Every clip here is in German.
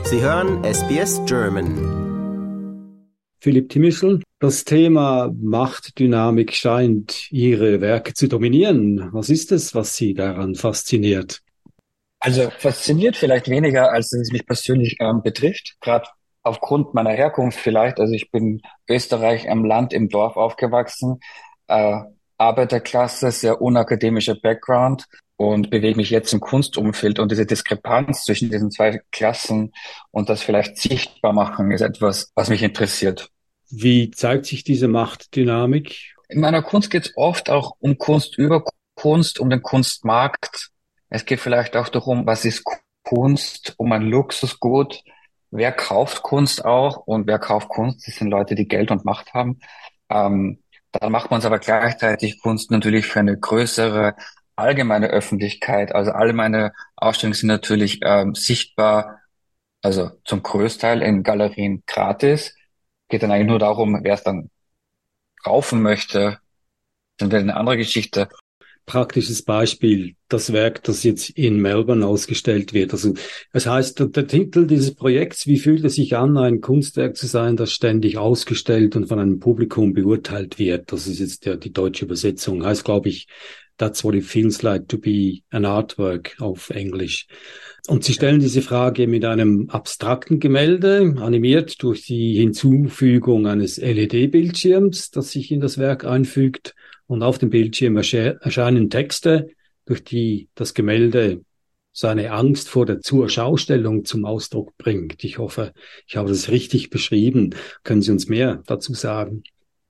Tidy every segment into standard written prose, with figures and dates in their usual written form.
Sie hören SBS German. Philipp Timischl, das Thema Machtdynamik scheint Ihre Werke zu dominieren. Was ist es, was Sie daran fasziniert? Also fasziniert vielleicht weniger, als dass es mich persönlich betrifft, gerade aufgrund meiner Herkunft vielleicht. Also ich bin Österreich am Land, im Dorf aufgewachsen, äh, Arbeiterklasse, sehr unakademischer Background und bewege mich jetzt im Kunstumfeld. Und diese Diskrepanz zwischen diesen zwei Klassen und das vielleicht sichtbar machen, ist etwas, was mich interessiert. Wie zeigt sich diese Machtdynamik? In meiner Kunst geht es oft auch um Kunst über Kunst, um den Kunstmarkt. Es geht vielleicht auch darum, was ist Kunst, um ein Luxusgut. Wer kauft Kunst auch und wer kauft Kunst? Das sind Leute, die Geld und Macht haben. Dann macht man es aber gleichzeitig Kunst natürlich für eine größere allgemeine Öffentlichkeit. Also alle meine Ausstellungen sind natürlich sichtbar, also zum Großteil in Galerien gratis. Geht dann eigentlich nur darum, wer es dann kaufen möchte, dann wäre eine andere Geschichte. Praktisches Beispiel, das Werk, das jetzt in Melbourne ausgestellt wird. Also, das heißt, der Titel dieses Projekts, wie fühlt es sich an, ein Kunstwerk zu sein, das ständig ausgestellt und von einem Publikum beurteilt wird? Das ist jetzt die deutsche Übersetzung. Heißt, glaube ich, That's what it feels like to be an artwork auf Englisch. Und Sie stellen diese Frage mit einem abstrakten Gemälde, animiert durch die Hinzufügung eines LED-Bildschirms, das sich in das Werk einfügt. Und auf dem Bildschirm erscheinen Texte, durch die das Gemälde seine Angst vor der Zurschaustellung zum Ausdruck bringt. Ich hoffe, ich habe das richtig beschrieben. Können Sie uns mehr dazu sagen?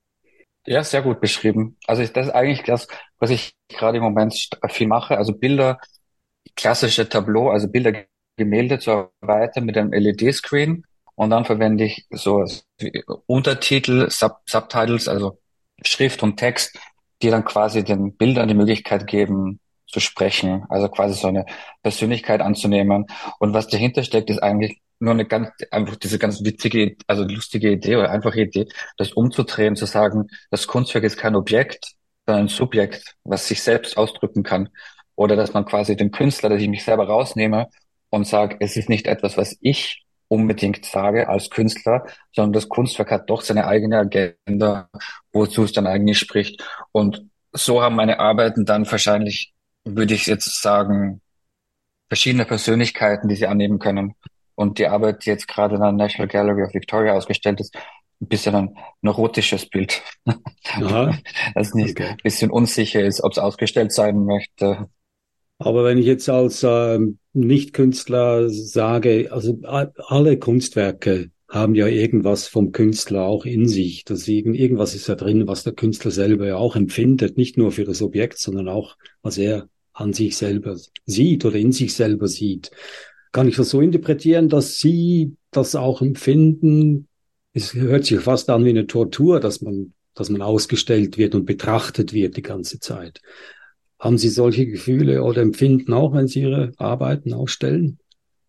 Ja, sehr gut beschrieben. Also das ist eigentlich das, was ich gerade im Moment viel mache. Also Bilder, klassische Tableau, also Bilder, Gemälde zu erweitern mit einem LED-Screen. Und dann verwende ich so wie Untertitel, Subtitles, also Schrift und Text, die dann quasi den Bildern die Möglichkeit geben, zu sprechen. Also quasi so eine Persönlichkeit anzunehmen. Und was dahinter steckt, ist eigentlich nur einfach diese ganz witzige, also lustige Idee oder einfache Idee, das umzudrehen, zu sagen, das Kunstwerk ist kein Objekt, sondern ein Subjekt, was sich selbst ausdrücken kann. Oder dass man quasi den Künstler, dass ich mich selber rausnehme und sage, es ist nicht etwas, was ich unbedingt sage als Künstler, sondern das Kunstwerk hat doch seine eigene Agenda, wozu es dann eigentlich spricht. Und so haben meine Arbeiten dann wahrscheinlich, würde ich jetzt sagen, verschiedene Persönlichkeiten, die sie annehmen können. Und die Arbeit, die jetzt gerade in der National Gallery of Victoria ausgestellt ist, ein bisschen ein neurotisches Bild, Aha, das nicht okay. ein bisschen unsicher ist, ob es ausgestellt sein möchte. Aber wenn ich jetzt als Nicht-Künstler sage, also alle Kunstwerke haben ja irgendwas vom Künstler auch in sich. Irgendwas ist da drin, was der Künstler selber ja auch empfindet, nicht nur für das Objekt, sondern auch, was er an sich selber sieht oder in sich selber sieht. Kann ich das so interpretieren, dass Sie das auch empfinden? Es hört sich fast an wie eine Tortur, dass man ausgestellt wird und betrachtet wird die ganze Zeit. Haben Sie solche Gefühle oder Empfinden auch, wenn Sie Ihre Arbeiten ausstellen?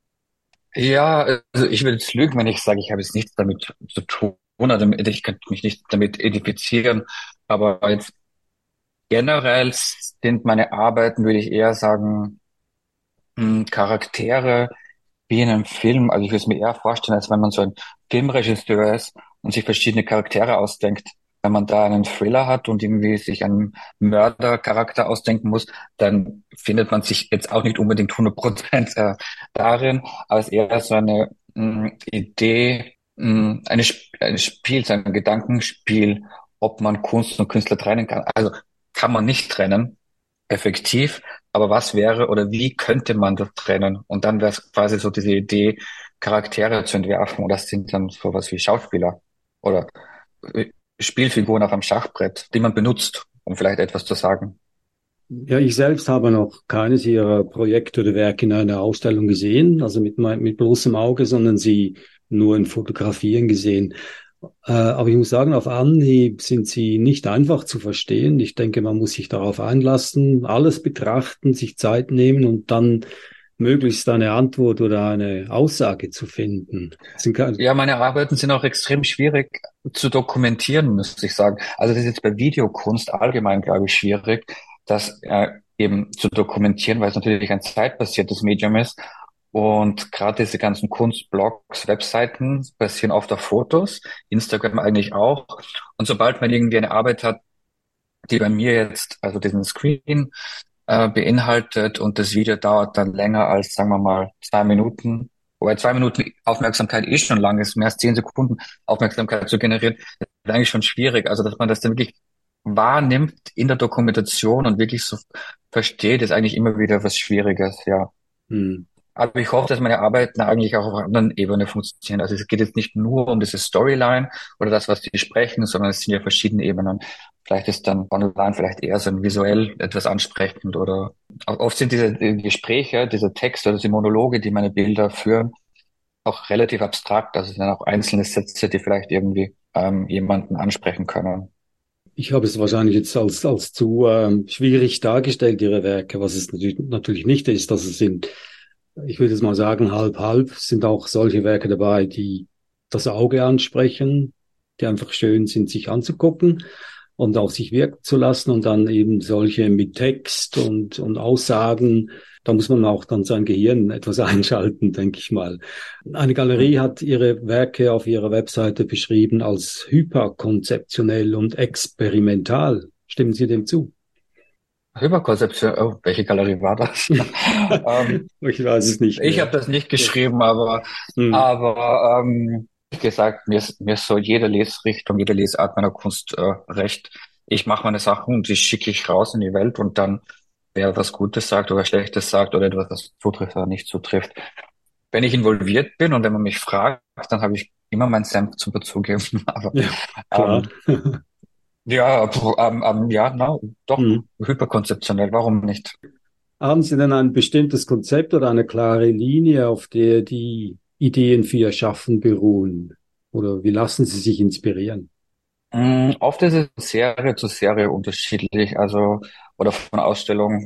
Ja, also ich will jetzt lügen, wenn ich sage, ich habe jetzt nichts damit zu tun, oder ich könnte mich nicht damit identifizieren, aber jetzt generell sind meine Arbeiten, würde ich eher sagen, Charaktere wie in einem Film. Also ich würde es mir eher vorstellen, als wenn man so ein Filmregisseur ist und sich verschiedene Charaktere ausdenkt. Wenn man da einen Thriller hat und irgendwie sich einen Mördercharakter ausdenken muss, dann findet man sich jetzt auch nicht unbedingt 100% darin, aber es ist eher so eine Idee, ein Spiel, so ein Gedankenspiel, ob man Kunst und Künstler trennen kann. Also kann man nicht trennen, effektiv, aber was wäre oder wie könnte man das trennen? Und dann wäre es quasi so diese Idee, Charaktere zu entwerfen. Und das sind dann sowas wie Schauspieler oder äh, Spielfiguren auf einem Schachbrett, die man benutzt, um vielleicht etwas zu sagen. Ja, ich selbst habe noch keines Ihrer Projekte oder Werke in einer Ausstellung gesehen, also mit bloßem Auge, sondern sie nur in Fotografien gesehen. Aber ich muss sagen, auf Anhieb sind sie nicht einfach zu verstehen. Ich denke, man muss sich darauf einlassen, alles betrachten, sich Zeit nehmen und dann möglichst eine Antwort oder eine Aussage zu finden. Ja, meine Arbeiten sind auch extrem schwierig zu dokumentieren, muss ich sagen. Also das ist jetzt bei Videokunst allgemein, glaube ich, schwierig, das eben zu dokumentieren, weil es natürlich ein zeitbasiertes Medium ist. Und gerade diese ganzen Kunstblogs, Webseiten basieren oft auf Fotos, Instagram eigentlich auch. Und sobald man irgendwie eine Arbeit hat, die bei mir jetzt, also diesen Screen beinhaltet und das Video dauert dann länger als, sagen wir mal, 2 Minuten, wobei 2 Minuten Aufmerksamkeit schon lang ist, mehr als 10 Sekunden Aufmerksamkeit zu generieren, ist eigentlich schon schwierig. Also, dass man das dann wirklich wahrnimmt in der Dokumentation und wirklich so versteht, ist eigentlich immer wieder was Schwieriges, ja. Hm. Aber ich hoffe, dass meine Arbeiten eigentlich auch auf einer anderen Ebene funktionieren. Also es geht jetzt nicht nur um diese Storyline oder das, was die sprechen, sondern es sind ja verschiedene Ebenen. Vielleicht ist dann online vielleicht eher so ein visuell etwas ansprechend oder oft sind diese Gespräche, diese Texte oder diese Monologe, die meine Bilder führen, auch relativ abstrakt. Also es sind auch einzelne Sätze, die vielleicht irgendwie jemanden ansprechen können. Ich habe es wahrscheinlich jetzt als zu schwierig dargestellt, Ihre Werke, was es natürlich nicht ist. Dass es sind, ich würde jetzt mal sagen, halb, halb. Es sind auch solche Werke dabei, die das Auge ansprechen, die einfach schön sind, sich anzugucken und auf sich wirken zu lassen. Und dann eben solche mit Text und Aussagen. Da muss man auch dann sein Gehirn etwas einschalten, denke ich mal. Eine Galerie hat ihre Werke auf ihrer Webseite beschrieben als hyperkonzeptionell und experimental. Stimmen Sie dem zu? Hyperkonzeption, oh, welche Galerie war das? Ich weiß es nicht Ich mehr. habe das nicht geschrieben, aber, Hm. aber wie gesagt, mir ist so jede Lesrichtung, jede Lesart meiner Kunst recht. Ich mache meine Sachen und die schicke ich raus in die Welt und dann, wer was Gutes sagt oder Schlechtes sagt oder etwas, was zutrifft oder nicht zutrifft. Wenn ich involviert bin und wenn man mich fragt, dann habe ich immer meinen Senf zum dazugeben. Aber Ja, klar. ähm, ja, ja, na, doch Hm. hyperkonzeptionell, warum nicht? Haben Sie denn ein bestimmtes Konzept oder eine klare Linie, auf der die Ideen für Ihr Schaffen beruhen? Oder wie lassen Sie sich inspirieren? Oft ist es Serie zu Serie unterschiedlich, also oder von Ausstellung.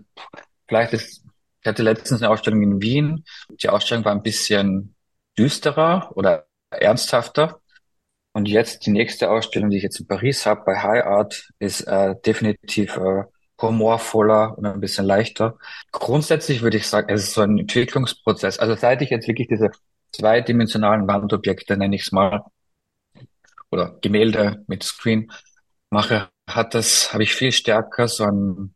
Ich hatte letztens eine Ausstellung in Wien. Die Ausstellung war ein bisschen düsterer oder ernsthafter. Und jetzt die nächste Ausstellung, die ich jetzt in Paris habe, bei High Art, ist definitiv humorvoller und ein bisschen leichter. Grundsätzlich würde ich sagen, es ist so ein Entwicklungsprozess. Also seit ich jetzt wirklich diese zweidimensionalen Wandobjekte, nenne ich es mal, oder Gemälde mit Screen mache, habe ich viel stärker so einen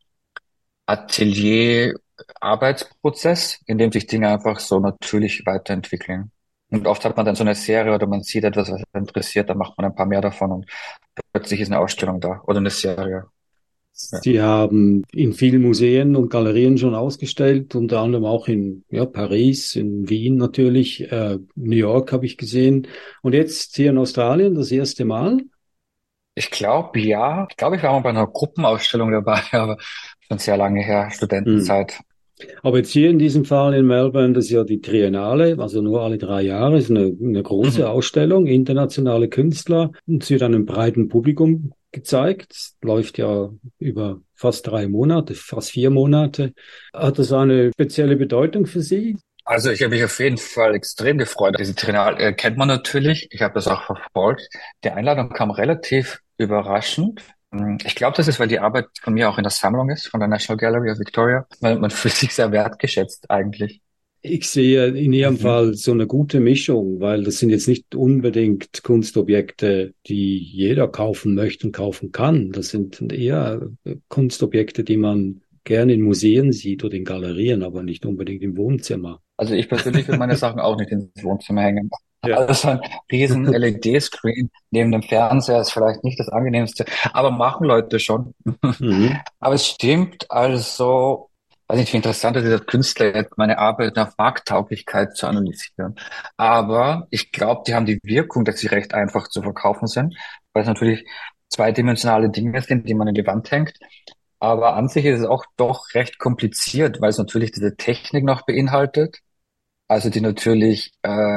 Atelier-Arbeitsprozess, in dem sich Dinge einfach so natürlich weiterentwickeln. Und oft hat man dann so eine Serie oder man sieht etwas, was einen interessiert, dann macht man ein paar mehr davon und plötzlich ist eine Ausstellung da oder eine Serie. Ja. Sie haben in vielen Museen und Galerien schon ausgestellt, unter anderem auch in Paris, in Wien natürlich, New York habe ich gesehen. Und jetzt hier in Australien das erste Mal. Ich glaube, ja. Ich glaube, ich war mal bei einer Gruppenausstellung dabei, aber schon sehr lange her, Hm. Studentenzeit. Aber jetzt hier in diesem Fall in Melbourne, das ist ja die Triennale, also nur alle 3 Jahre, ist eine große Mhm. Ausstellung, internationale Künstler, und sie wird einem breiten Publikum gezeigt. Es läuft ja über fast 3 Monate, fast 4 Monate. Hat das eine spezielle Bedeutung für Sie? Also ich habe mich auf jeden Fall extrem gefreut. Diese Triennale kennt man natürlich. Ich habe das auch verfolgt. Die Einladung kam relativ überraschend. Ich glaube, das ist, weil die Arbeit von mir auch in der Sammlung ist, von der National Gallery of Victoria. Man fühlt sich sehr wertgeschätzt eigentlich. Ich sehe in Ihrem Mhm. Fall so eine gute Mischung, weil das sind jetzt nicht unbedingt Kunstobjekte, die jeder kaufen möchte und kaufen kann. Das sind eher Kunstobjekte, die man gerne in Museen sieht oder in Galerien, aber nicht unbedingt im Wohnzimmer. Also ich persönlich würde meine Sachen auch nicht ins Wohnzimmer hängen. Ja. Also ein riesen LED-Screen neben dem Fernseher ist vielleicht nicht das angenehmste, aber machen Leute schon. Mhm. Aber es stimmt also, weiß nicht, wie interessant es ist, als Künstler jetzt meine Arbeit nach Markttauglichkeit zu analysieren. Aber ich glaube, die haben die Wirkung, dass sie recht einfach zu verkaufen sind, weil es natürlich zweidimensionale Dinge sind, die man in die Wand hängt. Aber an sich ist es auch doch recht kompliziert, weil es natürlich diese Technik noch beinhaltet, also die natürlich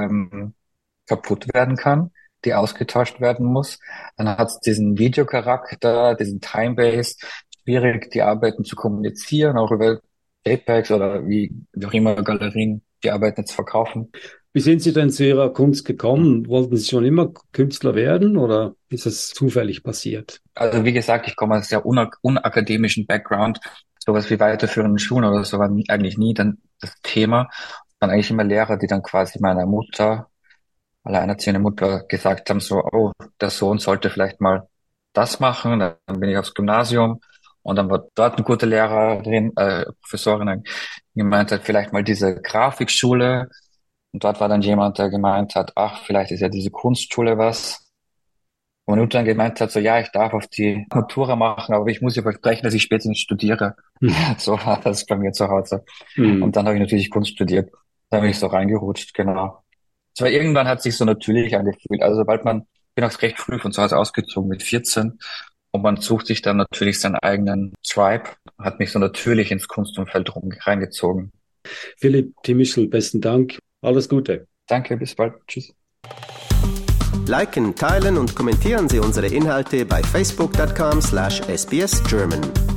kaputt werden kann, die ausgetauscht werden muss. Dann hat es diesen Videocharakter, diesen Timebase, schwierig, die Arbeiten zu kommunizieren, auch über JPEGs oder wie auch immer Galerien die Arbeiten jetzt verkaufen. Wie sind Sie denn zu Ihrer Kunst gekommen? Wollten Sie schon immer Künstler werden oder ist es zufällig passiert? Also wie gesagt, ich komme aus sehr unakademischen Background. Sowas wie weiterführende Schulen oder so war eigentlich nie dann das Thema. eigentlich immer Lehrer, die dann quasi meiner Mutter, alleinerziehende Mutter, gesagt haben, so, oh, der Sohn sollte vielleicht mal das machen. Dann bin ich aufs Gymnasium und dann war dort eine gute Lehrerin, Professorin, die gemeint hat, vielleicht mal diese Grafikschule. Und dort war dann jemand, der gemeint hat, ach, vielleicht ist ja diese Kunstschule was. Und meine Mutter dann gemeint hat, so, ja, ich darf auf die Matura machen, aber ich muss ihr versprechen, dass ich später nicht studiere. So war das bei mir zu Hause. Und dann habe ich natürlich Kunst studiert. Da bin ich so reingerutscht, genau. So irgendwann hat sich so natürlich angefühlt. Also sobald man, ich bin auch recht früh von zu Hause ausgezogen mit 14 und man sucht sich dann natürlich seinen eigenen Tribe, hat mich so natürlich ins Kunstumfeld reingezogen. Philipp Timischl, besten Dank. Alles Gute. Danke, bis bald. Tschüss. Liken, teilen und kommentieren Sie unsere Inhalte bei facebook.com/sbsgerman.